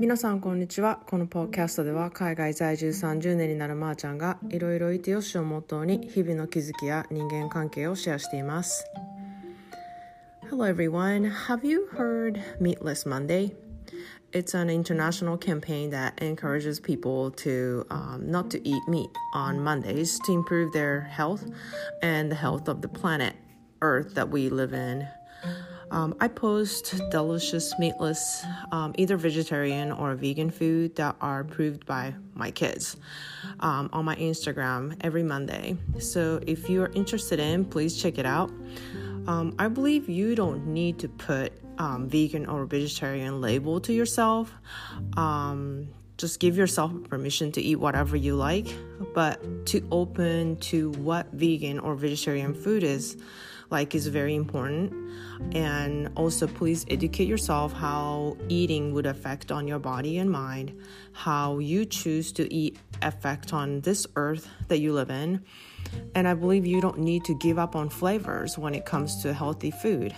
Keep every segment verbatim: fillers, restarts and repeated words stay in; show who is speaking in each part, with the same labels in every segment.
Speaker 1: 皆さんこんにちは。このポッドキャストでは海外在住さんじゅうねんになるまーちゃんがいろいろいてよしをモットーに日々の気づきや人間関係をシェアしています。 Hello everyone, have you heard Meatless Monday? It's an international campaign that encourages people to um, not to eat meat on Mondays to improve their health and the health of the planet Earth that we live in.Um, I post delicious meatless, um, either vegetarian or vegan food that are approved by my kids um, on my Instagram every Monday. So if you're interested in, please check it out. Um, I believe you don't need to put um, vegan or vegetarian label to yourself. Um, just give yourself permission to eat whatever you like, but to open to what vegan or vegetarian food is like is very important. And also please educate yourself how eating would affect on your body and mind, how you choose to eat affect on this earth that you live in. And I believe you don't need to give up on flavors when it comes to healthy food,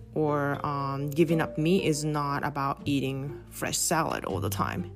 Speaker 1: or um, giving up meat is not about eating fresh salad all the time.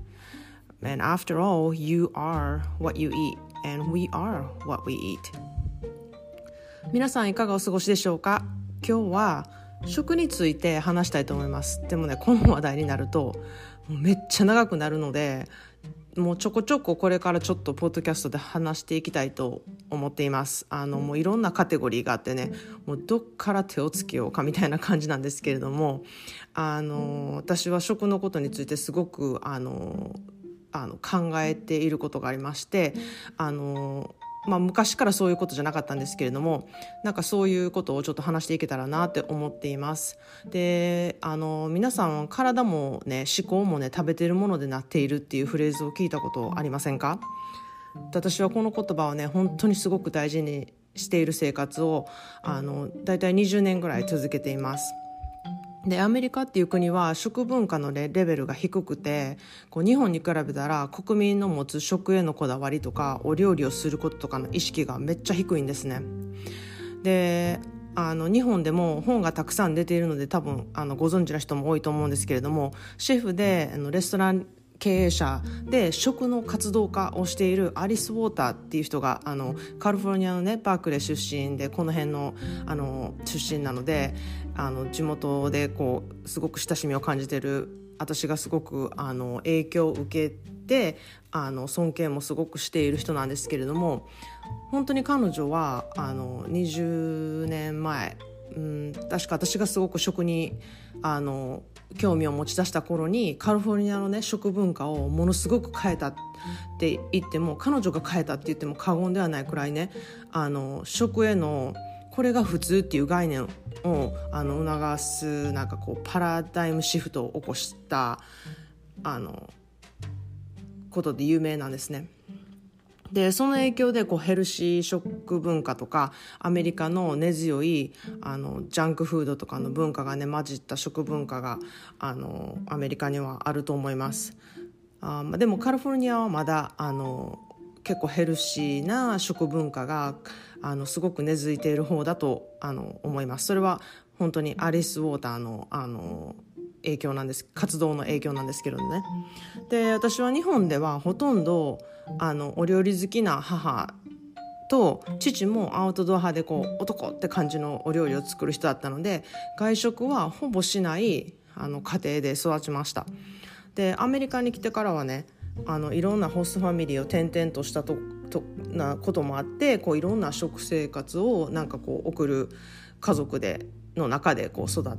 Speaker 1: And after all, you are what you eat, and we are what we eat. 皆さんいかがお過ごしでしょうか。今日は食について話したいと思います。でもね、この話題になるともうめっちゃ長くなるので、もうちょこちょここれからちょっとポッドキャストで話していきたいと思っています。あのもういろんなカテゴリーがあってね、もうどっから手をつけようかみたいな感じなんですけれども、あの私は食のことについてすごくあのあの考えていることがありまして、あのまあ、昔からそういうことじゃなかったんですけれども、なんかそういうことをちょっと話していけたらなって思っています。で、あの皆さん体もね、思考もね、食べてるものでなっているっていうフレーズを聞いたことありませんか？私はこの言葉をね、本当にすごく大事にしている生活をあのだいたいにじゅうねんぐらい続けています。で、アメリカっていう国は食文化のレベルが低くて、こう日本に比べたら国民の持つ食へのこだわりとかお料理をすることとかの意識がめっちゃ低いんですね。で、あの日本でも本がたくさん出ているので、多分あのご存知の人も多いと思うんですけれども、シェフであのレストラン経営者で食の活動家をしているアリス・ウォーターっていう人があのカリフォルニアのね、バークレー出身で、この辺のあの出身なので、あの地元でこうすごく親しみを感じている私がすごくあの影響を受けて、あの尊敬もすごくしている人なんですけれども、本当に彼女はあのにじゅうねんまえ、うん、確か私がすごく食にあの興味を持ち出した頃にカリフォルニアのね、食文化をものすごく変えたって言っても、彼女が変えたって言っても過言ではないくらいね、あの食へのこれが普通っていう概念をあの促す、なんかこうパラダイムシフトを起こしたあのことで有名なんですね。で、その影響でこうヘルシー食文化とかアメリカの根強いあのジャンクフードとかの文化がね、混じった食文化があのアメリカにはあると思います。あ、まあ、でもカリフォルニアはまだあの結構ヘルシーな食文化があのすごく根付いている方だとあの思います。それは本当にアリス・ウォーターのあの影響なんです、活動の影響なんですけどね。で、私は日本ではほとんどあのお料理好きな母と父もアウトドア派でこう男って感じのお料理を作る人だったので、外食はほぼしないあの家庭で育ちました。で、アメリカに来てからはね、あのいろんなホストファミリーを転々としたととなこともあって、こういろんな食生活をなんかこう送る家族での中でこう育って、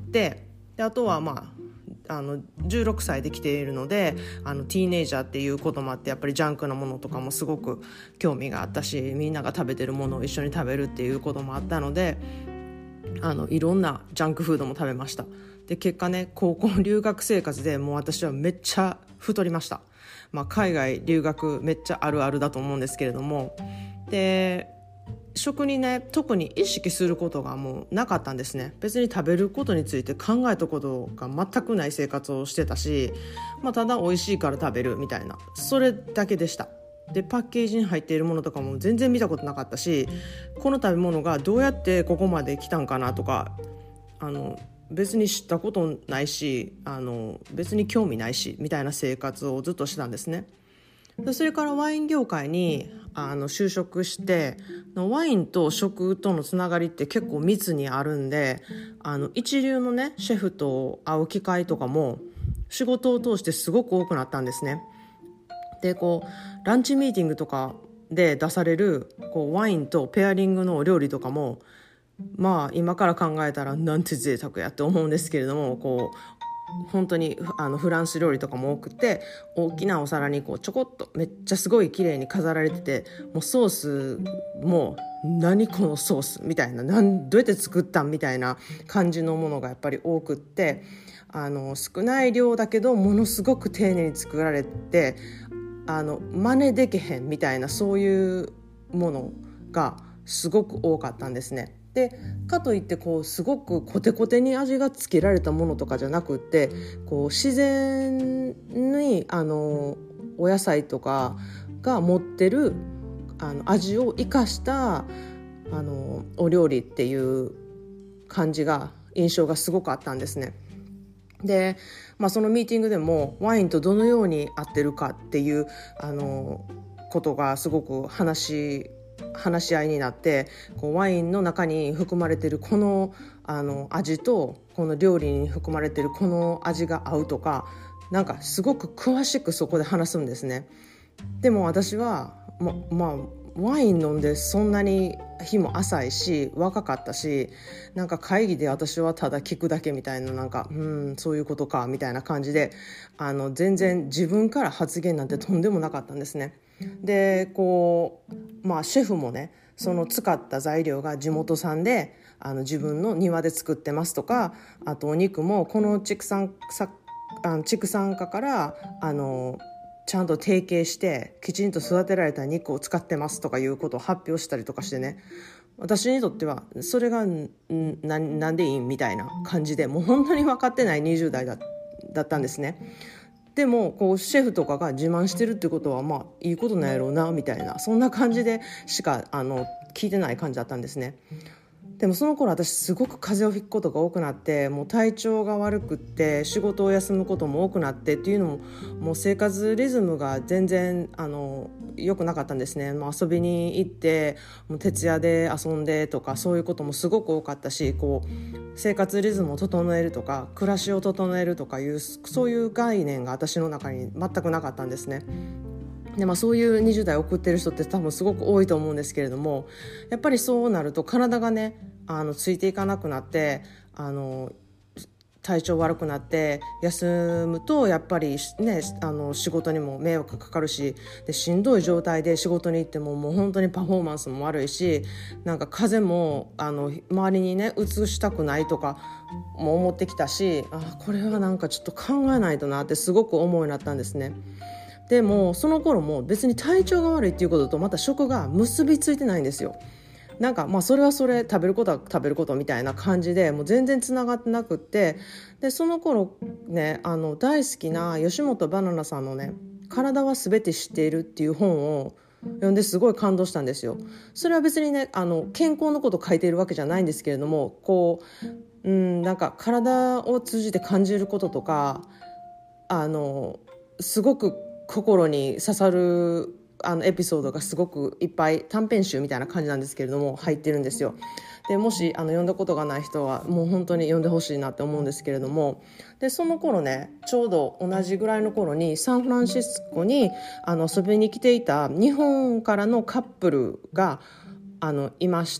Speaker 1: であとはまああのじゅうろくさいで来ているので、あのティーネイジャーっていうこともあって、やっぱりジャンクなものとかもすごく興味があったし、みんなが食べてるものを一緒に食べるっていうこともあったので、あのいろんなジャンクフードも食べました。で、結果ね、高校留学生活でもう私はめっちゃ太りました。まあ、海外留学めっちゃあるあるだと思うんですけれども、で食にね、特に意識することがもうなかったんですね。別に食べることについて考えたことが全くない生活をしてたし、まあ、ただ美味しいから食べるみたいな、それだけでした。で、パッケージに入っているものとかも全然見たことなかったし、この食べ物がどうやってここまで来たんかなとか、あの別に知ったことないしあの別に興味ないしみたいな生活をずっとしてたんですね。でそれからワイン業界にあの就職して、ワインと食とのつながりって結構密にあるんで、あの一流のねシェフと会う機会とかも仕事を通してすごく多くなったんですね。でこうランチミーティングとかで出されるこうワインとペアリングのお料理とかも、まあ今から考えたらなんて贅沢やって思うんですけれども、こう本当にあのフランス料理とかも多くて、大きなお皿にこうちょこっとめっちゃすごい綺麗に飾られてて、もうソースも何このソースみたいな、なんどうやって作ったんみたいな感じのものがやっぱり多くって、あの少ない量だけどものすごく丁寧に作られて、あの真似できへんみたいな、そういうものがすごく多かったんですね。でかといってこうすごくコテコテに味がつけられたものとかじゃなくって、こう自然にあのお野菜とかが持ってるあの味を生かしたあのお料理っていう感じが印象がすごくあったんですね。で、まあ、そのミーティングでもワインとどのように合ってるかっていうあのことがすごく話話し合いになって、こうワインの中に含まれているこの、あの味とこの料理に含まれているこの味が合うとか、なんかすごく詳しくそこで話すんですね。でも私はま、まあワイン飲んでそんなに日も浅いし若かったし、なんか会議で私はただ聞くだけみたいな、なんかうんそういうことかみたいな感じで、あの全然自分から発言なんてとんでもなかったんですね。でこう、まあ、シェフもね、その使った材料が地元産であの自分の庭で作ってますとか、あとお肉もこの畜産さあの畜産家からあのちゃんと提携してきちんと育てられた肉を使ってますとかいうことを発表したりとかしてね、私にとってはそれがん な, なんでいいんみたいな感じで、もう本当に分かってないにじゅう代 だ, だったんですね。でもこうシェフとかが自慢してるってことはまあいいことなんやろうなみたいな、そんな感じでしかあの聞いてない感じだったんですね。でもその頃私すごく風邪をひくことが多くなって、もう体調が悪くって仕事を休むことも多くなってっていうのも、もう生活リズムが全然あの良くなかったんですね。もう遊びに行ってもう徹夜で遊んでとか、そういうこともすごく多かったし、こう生活リズムを整えるとか暮らしを整えるとかいうそういう概念が私の中に全くなかったんですね。でまあ、そういうにじゅう代送ってる人って多分すごく多いと思うんですけれども、やっぱりそうなると体がねあのついていかなくなって、あの体調悪くなって休むとやっぱり、ね、あの仕事にも迷惑かかるし、でしんどい状態で仕事に行ってももう本当にパフォーマンスも悪いし、なんか風邪もあの周りにねうつしたくないとかも思ってきたし、あこれはなんかちょっと考えないとなってすごく思うようになったんですね。でもその頃も別に体調が悪いっていうこととまた食が結びついてないんですよ。なんかまあそれはそれ、食べることは食べることみたいな感じでもう全然つながってなくって、でその頃ねあの大好きな吉本ばななさんのね体はすべて知っているっていう本を読んですごい感動したんですよ。それは別にねあの健康のことを書いているわけじゃないんですけれども、こう、うん、なんか体を通じて感じることとか、あのすごく心に刺さるあのエピソードがすごくいっぱい短編集みたいな感じなんですけれども入ってるんですよ。でもしあの読んだことがない人はもう本当に読んでほしいなって思うんですけれども、でその頃ねちょうど同じぐらいの頃にサンフランシスコにあの遊びに来ていた日本からのカップルがあのいまして、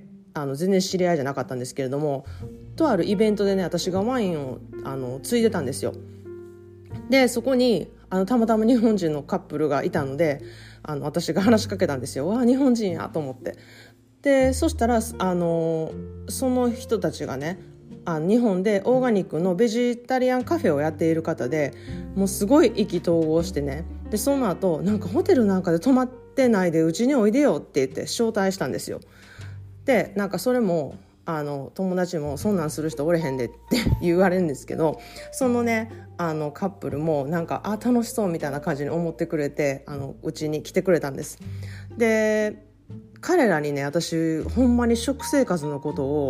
Speaker 1: あの全然知り合いじゃなかったんですけれども、とあるイベントでね私がワインをあのついでたんですよ。でそこにあのたまたま日本人のカップルがいたので、あの私が話しかけたんですよ。わあ日本人やと思って。でそしたらあのその人たちがねあ日本でオーガニックのベジタリアンカフェをやっている方で、もうすごい意気投合してね、でその後なんかホテルなんかで泊まってないでうちにおいでよって言って招待したんですよ。でなんかそれもあの友達もそんなんする人おれへんでって言われるんですけど、そのねあのカップルもなんかあ楽しそうみたいな感じに思ってくれて、あのうちに来てくれたんです。で彼らにね私ほんまに食生活のことを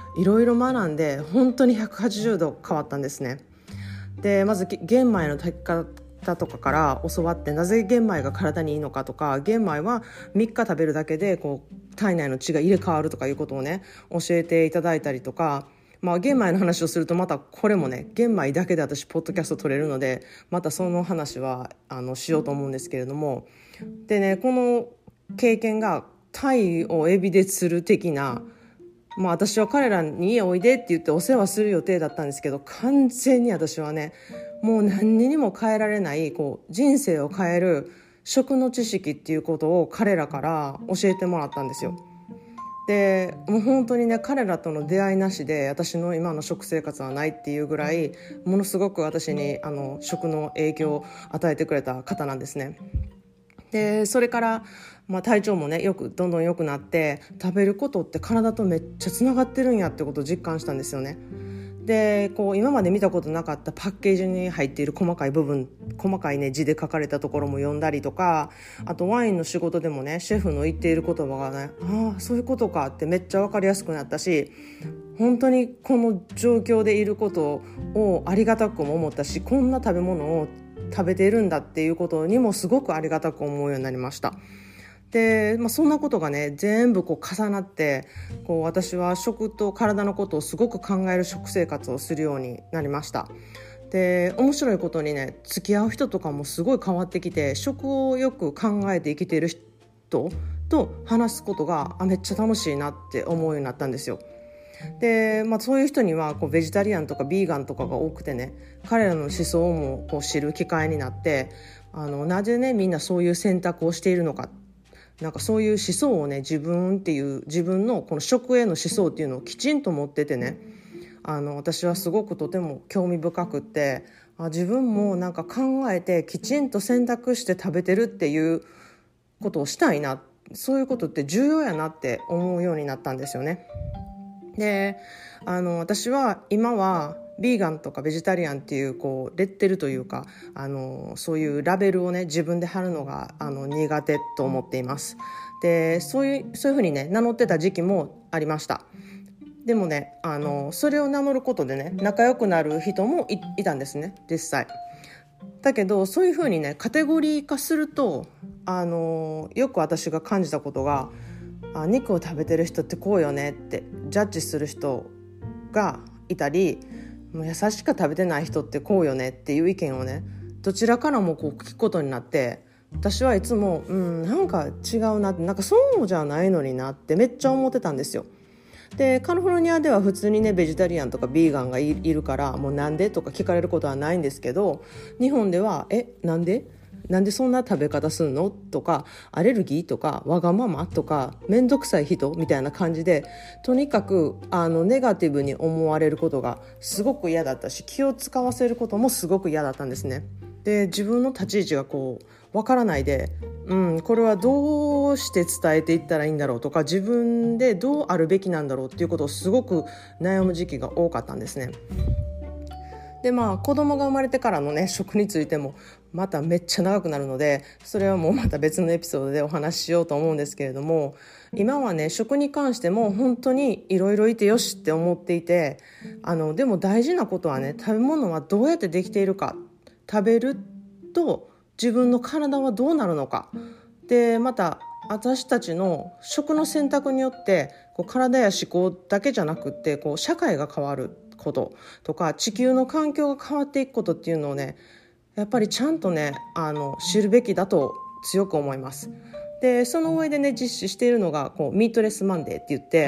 Speaker 1: いろいろ学んで本当にひゃくはちじゅうど変わったんですね。でまず玄米の炊き方とかから教わって、なぜ玄米が体にいいのかとか、玄米はみっか食べるだけでこう体内の血が入れ替わるとかいうことをね教えていただいたりとか、まあ、玄米の話をするとまたこれもね玄米だけで私ポッドキャスト撮れるので、またその話はあのしようと思うんですけれども、でねこの経験がタイをエビでする的な、まあ、私は彼らに家おいでって言ってお世話する予定だったんですけど、完全に私はねもう何にも変えられないこう人生を変える食の知識っていうことを彼らから教えてもらったんですよ。でもう本当にね彼らとの出会いなしで私の今の食生活はないっていうぐらい、ものすごく私にあの食の影響を与えてくれた方なんですね。でそれから、まあ、体調もねよくどんどん良くなって、食べることって体とめっちゃつながってるんやってことを実感したんですよね。でこう今まで見たことなかったパッケージに入っている細かい部分、細かい、ね、字で書かれたところも読んだりとか、あとワインの仕事でもねシェフの言っている言葉がね、ああそういうことかってめっちゃ分かりやすくなったし、本当にこの状況でいることをありがたくも思ったし、こんな食べ物を食べているんだっていうことにもすごくありがたく思うようになりました。で、まあ、そんなことがね全部こう重なって、こう私は食と体のことをすごく考える食生活をするようになりました。で面白いことにね付き合う人とかもすごい変わってきて、食をよく考えて生きている人と話すことがあめっちゃ楽しいなって思うようになったんですよ。で、まあ、そういう人にはこうベジタリアンとかビーガンとかが多くてね、彼らの思想もこう知る機会になって、あのなぜねみんなそういう選択をしているのか、なんかそういう思想をね自分っていう自分のこの食への思想っていうのをきちんと持っててね、あの私はすごくとても興味深くって、あ自分もなんか考えてきちんと選択して食べてるっていうことをしたいな、そういうことって重要やなって思うようになったんですよね。であの私は今はビーガンとかベジタリアンっていう、こうレッテルというか、あのそういうラベルをね自分で貼るのがあの苦手と思っています。でそういう、そういうふうにね名乗ってた時期もありました。でもねあのそれを名乗ることでね仲良くなる人も い, いたんですね実際。だけどそういうふうにねカテゴリー化すると、あのよく私が感じたことが、あ肉を食べてる人ってこうよねってジャッジする人がいたり、もう優しく食べてない人ってこうよねっていう意見をねどちらからもこう聞くことになって、私はいつもうんなんか違うなって、なんかそうじゃないのになってめっちゃ思ってたんですよ。でカリフォルニアでは普通にねベジタリアンとかビーガンが い, いるから、もうなんでとか聞かれることはないんですけど、日本ではえなんでなんでそんな食べ方すんのとか、アレルギーとかわがままとかめんどくさい人みたいな感じで、とにかくあのネガティブに思われることがすごく嫌だったし、気を使わせることもすごく嫌だったんですね。で自分の立ち位置がこうわからないで、うん、これはどうして伝えていったらいいんだろうとか、自分でどうあるべきなんだろうっていうことをすごく悩む時期が多かったんですね。でまあ子供が生まれてからのね食についてもまためっちゃ長くなるので、それはもうまた別のエピソードでお話ししようと思うんですけれども、今はね食に関しても本当にいろいろいてよしって思っていて、あのでも大事なことはね、食べ物はどうやってできているか、食べると自分の体はどうなるのかで、また私たちの食の選択によってこう体や思考だけじゃなくって、こう社会が変わることとか地球の環境が変わっていくことっていうのをね、やっぱりちゃんとねあの知るべきだと強く思います。でその上でね実施しているのがこうミートレスマンデーって言って、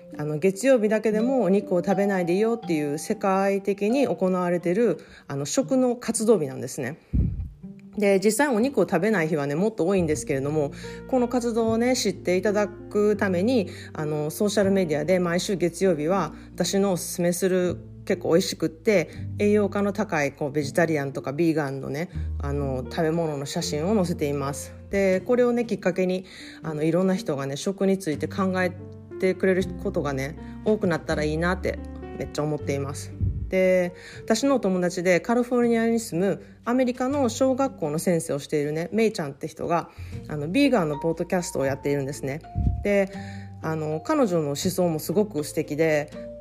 Speaker 1: あの月曜日だけでもお肉を食べないでいいよっていう世界的に行われているあの食の活動日なんですね。で実際お肉を食べない日はねもっと多いんですけれども、この活動をね知っていただくためにあのソーシャルメディアで毎週月曜日は私のおすすめする結構美味しくって栄養価の高いこうベジタリアンとかビーガンのねあの食べ物の写真を載せています。でこれをねきっかけにあのいろんな人がね食について考えてくれることがね多くなったらいいなってめっちゃ思っています。で私のお友達でカリフォルニアに住むアメリカの小学校の先生をしているねメイちゃんって人があのビーガンのポッドキャストをやっているんですね。であの彼女の思想もすごく素敵で、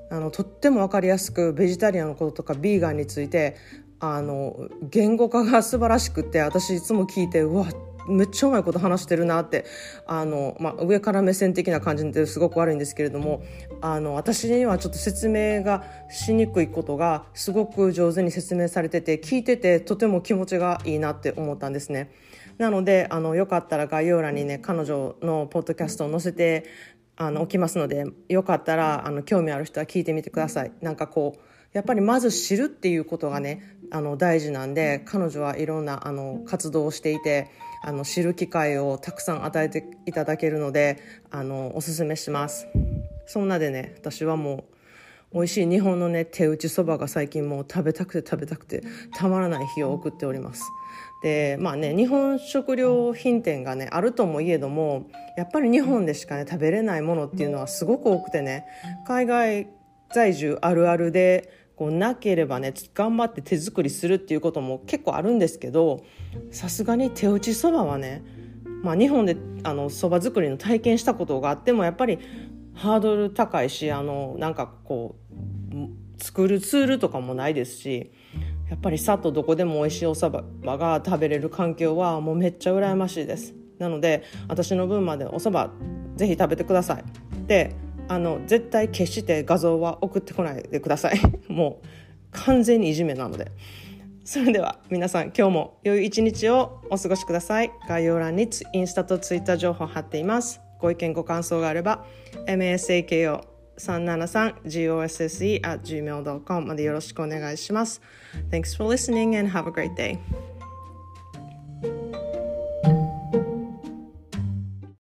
Speaker 1: あのとっても分かりやすくベジタリアンのこととかビーガンについてあの言語化が素晴らしくて、私いつも聞いてうわめっちゃうまいこと話してるなってあの、まあ、上から目線的な感じですごく悪いんですけれども、あの私にはちょっと説明がしにくいことがすごく上手に説明されてて、聞いててとても気持ちがいいなって思ったんですね。なのであのよかったら概要欄にね彼女のポッドキャストを載せてあの置きますので、よかったらあの興味ある人は聞いてみてください。なんかこうやっぱりまず知るっていうことがねあの大事なんで、彼女はいろんなあの活動をしていてあの知る機会をたくさん与えていただけるのであのおすすめします。そんなでね、私はもう美味しい日本のね手打ちそばが最近もう食べたくて食べたくてたまらない日を送っております。でまあね、日本食料品店がねあるともいえども、やっぱり日本でしかね食べれないものっていうのはすごく多くてね、海外在住あるあるでこうなければね頑張って手作りするっていうことも結構あるんですけど、さすがに手打ちそばはね、まあ、日本であのそば作りの体験したことがあってもやっぱりハードル高いし、あのなんかこう作るツールとかもないですし、やっぱりさっとどこでも美味しいおそばが食べれる環境はもうめっちゃ羨ましいです。なので私の分までおそばぜひ食べてください。であの絶対決して画像は送ってこないでくださいもう完全にいじめなので。それでは皆さん今日も良い一日をお過ごしください。概要欄にインスタとツイッター情報を貼っています。ご意見ご感想があれば エムエスエーケーオーさんななさん ゴッソー アット ジーメール ドットコム までよろしくお願いします。 Thanks for listening and have a great day.